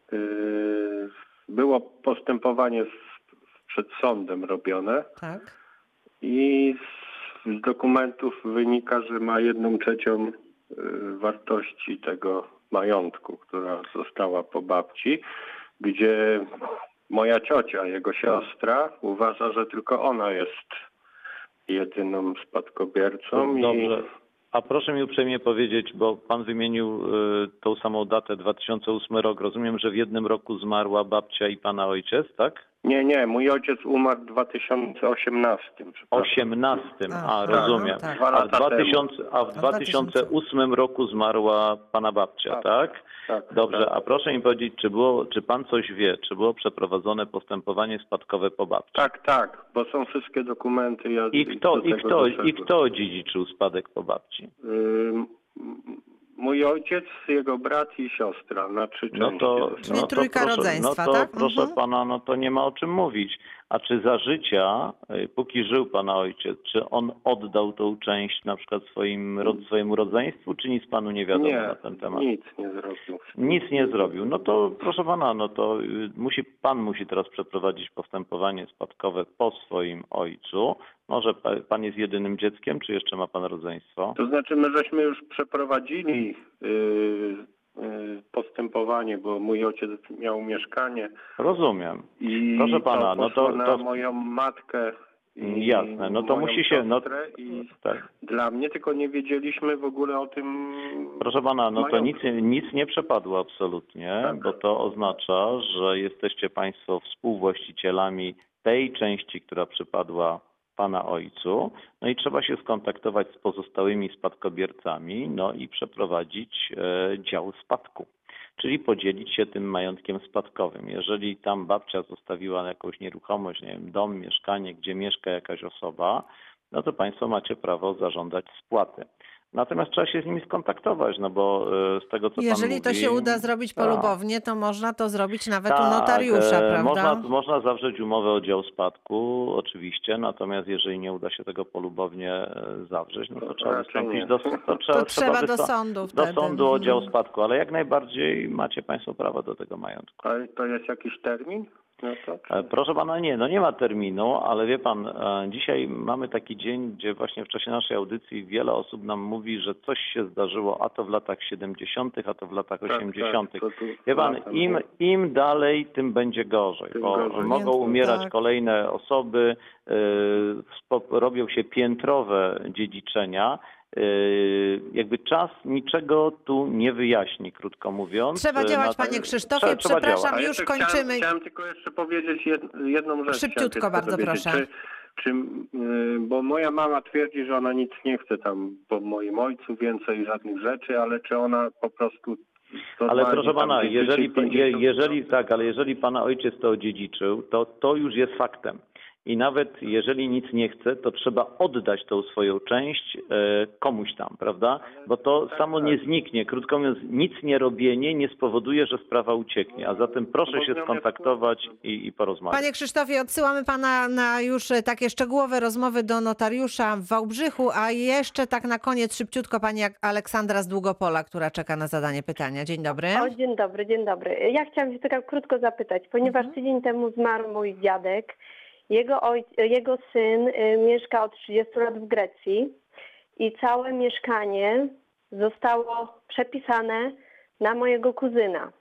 było postępowanie przed sądem robione. Tak. I z dokumentów wynika, że ma 1/3 wartości tego majątku, która została po babci, gdzie moja ciocia, jego siostra, uważa, że tylko ona jest jedyną spadkobiercą. Dobrze. A proszę mi uprzejmie powiedzieć, bo pan wymienił tą samą datę, 2008 rok. Rozumiem, że w jednym roku zmarła babcia i pana ojciec, tak? Nie, mój ojciec umarł w 2018. 18, rozumiem. Tak. A w 2008 roku zmarła pana babcia, tak? Tak. Dobrze, a proszę mi powiedzieć, czy pan coś wie, czy było przeprowadzone postępowanie spadkowe po babci? Tak, bo są wszystkie dokumenty. I kto odziedziczył spadek po babci? Mój ojciec, jego brat i siostra na 3 części. Czyli trójka rodzeństwa, tak? Proszę pana, to nie ma o czym mówić. A czy za życia, póki żył pana ojciec, czy on oddał tą część na przykład swojemu rodzeństwu, czy nic panu nie wiadomo na ten temat? Nic nie zrobił. Nic nie zrobił. No to proszę pana, pan musi teraz przeprowadzić postępowanie spadkowe po swoim ojcu. Może pan jest jedynym dzieckiem, czy jeszcze ma pan rodzeństwo? To znaczy, my żeśmy już przeprowadzili postępowanie, bo mój ojciec miał mieszkanie. Rozumiem. I proszę pana, na moją matkę. Jasne, to musi się. Dla mnie, tylko nie wiedzieliśmy w ogóle o tym. Proszę pana, to nic nie przepadło absolutnie, bo to oznacza, że jesteście państwo współwłaścicielami tej części, która przypadła pana ojcu, i trzeba się skontaktować z pozostałymi spadkobiercami, i przeprowadzić dział spadku. czyli podzielić się tym majątkiem spadkowym. Jeżeli tam babcia zostawiła jakąś nieruchomość, nie wiem, dom, mieszkanie, gdzie mieszka jakaś osoba, no to państwo macie prawo zażądać spłaty. Natomiast trzeba się z nimi skontaktować, no bo z tego, co pan Jeżeli mówi... to się uda zrobić tak. polubownie, to można to zrobić nawet u Tak, notariusza, prawda? Można zawrzeć umowę o dział spadku, oczywiście, natomiast jeżeli nie uda się tego polubownie zawrzeć, no to trzeba wystąpić trzeba do sądu do wtedy. sądu o dział spadku, ale jak najbardziej macie państwo prawo do tego majątku. Ale to jest jakiś termin? No to, Proszę pana, nie ma terminu, ale wie pan, dzisiaj mamy taki dzień, gdzie właśnie w czasie naszej audycji wiele osób nam mówi, że coś się zdarzyło, a to w latach 70., a to w latach 80. Wie pan, im dalej, tym będzie gorzej, bo mogą umierać kolejne osoby, robią się piętrowe dziedziczenia. Jakby czas niczego tu nie wyjaśni, krótko mówiąc. Trzeba działać, panie Krzysztofie. Przepraszam, już kończymy. Chciałem tylko jeszcze powiedzieć jedną rzecz. Szybciutko, bardzo proszę. Bo moja mama twierdzi, że ona nic nie chce tam po moim ojcu, więcej żadnych rzeczy, ale czy ona po prostu... Ale proszę pana, jeżeli pana ojciec to odziedziczył, to już jest faktem. I nawet jeżeli nic nie chce, to trzeba oddać tą swoją część komuś tam, prawda? Bo to samo nie zniknie. Krótko mówiąc, nic nie robienie nie spowoduje, że sprawa ucieknie. A zatem proszę się skontaktować i porozmawiać. Panie Krzysztofie, odsyłamy pana na już takie szczegółowe rozmowy do notariusza w Wałbrzychu, a jeszcze tak na koniec szybciutko pani Aleksandra z Długopola, która czeka na zadanie pytania. Dzień dobry. Dzień dobry, dzień dobry. Ja chciałam się tylko krótko zapytać, ponieważ tydzień temu zmarł mój dziadek. Jego syn mieszka od 30 lat w Grecji i całe mieszkanie zostało przepisane na mojego kuzyna.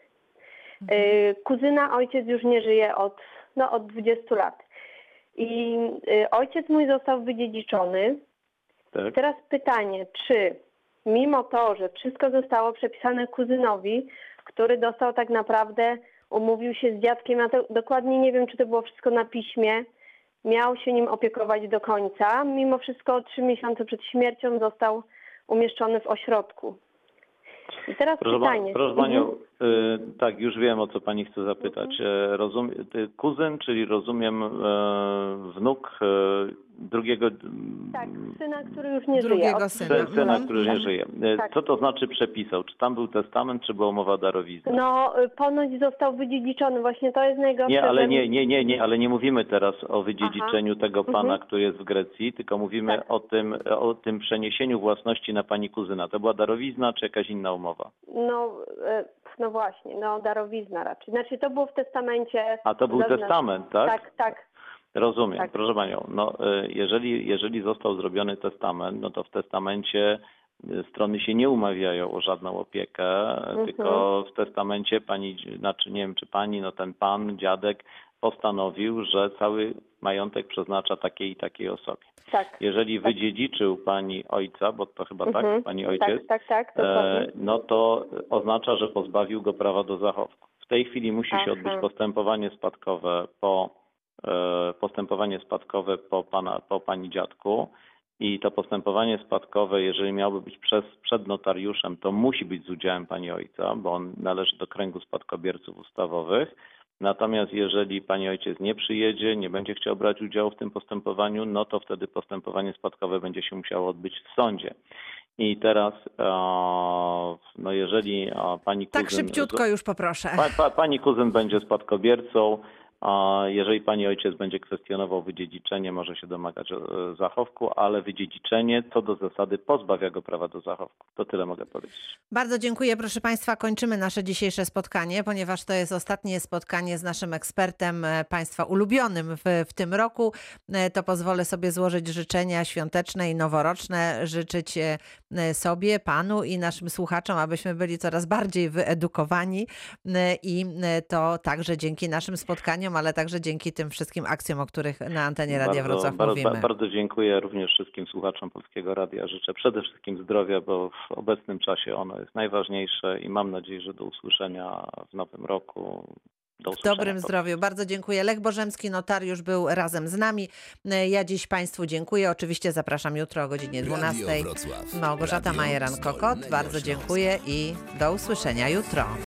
Kuzyna ojciec już nie żyje od 20 lat. I ojciec mój został wydziedziczony. Tak. Teraz pytanie, czy mimo to, że wszystko zostało przepisane kuzynowi, który dostał tak naprawdę... Umówił się z dziadkiem, ja dokładnie nie wiem, czy to było wszystko na piśmie. Miał się nim opiekować do końca. Mimo wszystko 3 miesiące przed śmiercią został umieszczony w ośrodku. I teraz pytanie. Proszę panią, tak, już wiem, o co pani chce zapytać. Kuzyn, czyli rozumiem wnuk drugiego... Tak, syna, który już nie żyje. Drugiego syna, który już nie żyje. Tak. Co to znaczy przepisał? Czy tam był testament, czy była umowa darowizny? No, ponoć został wydziedziczony. Właśnie to jest najgorsze. Nie, ale nie mówimy teraz o wydziedziczeniu tego pana, który jest w Grecji, tylko mówimy o tym przeniesieniu własności na pani kuzyna. To była darowizna, czy jakaś inna umowa? No właśnie, darowizna raczej. Znaczy to było w testamencie. A to był testament, tak? Tak. Rozumiem. Tak. Proszę panią, jeżeli został zrobiony testament, no to w testamencie strony się nie umawiają o żadną opiekę, tylko w testamencie nie wiem czy pani, ten pan, dziadek postanowił, że cały majątek przeznacza takiej i takiej osobie. Tak. Jeżeli wydziedziczył pani ojca, bo to chyba tak, pani ojciec, tak, no to oznacza, że pozbawił go prawa do zachowku. W tej chwili musi się odbyć postępowanie spadkowe po pani dziadku i to postępowanie spadkowe, jeżeli miałoby być przed notariuszem, to musi być z udziałem pani ojca, bo on należy do kręgu spadkobierców ustawowych. Natomiast jeżeli pani ojciec nie przyjedzie, nie będzie chciał brać udziału w tym postępowaniu, no to wtedy postępowanie spadkowe będzie się musiało odbyć w sądzie. I teraz, jeżeli pani kuzyn... Tak szybciutko już poproszę. Pani kuzyn będzie spadkobiercą, a jeżeli pani ojciec będzie kwestionował wydziedziczenie, może się domagać zachowku, ale wydziedziczenie co do zasady pozbawia go prawa do zachowku. To tyle mogę powiedzieć. Bardzo dziękuję. Proszę państwa, kończymy nasze dzisiejsze spotkanie, ponieważ to jest ostatnie spotkanie z naszym ekspertem, państwa ulubionym w tym roku. To pozwolę sobie złożyć życzenia świąteczne i noworoczne, życzyć sobie, panu i naszym słuchaczom, abyśmy byli coraz bardziej wyedukowani i to także dzięki naszym spotkaniom, ale także dzięki tym wszystkim akcjom, o których na antenie Radia Wrocław mówimy. Bardzo dziękuję również wszystkim słuchaczom Polskiego Radia. Życzę przede wszystkim zdrowia, bo w obecnym czasie ono jest najważniejsze i mam nadzieję, że do usłyszenia w nowym roku. W dobrym zdrowiu. Bardzo dziękuję. Lech Bożemski, notariusz, był razem z nami. Ja dziś państwu dziękuję. Oczywiście zapraszam jutro o godzinie 12. Małgorzata Majeran-Kokot. Bardzo dziękuję i do usłyszenia jutro.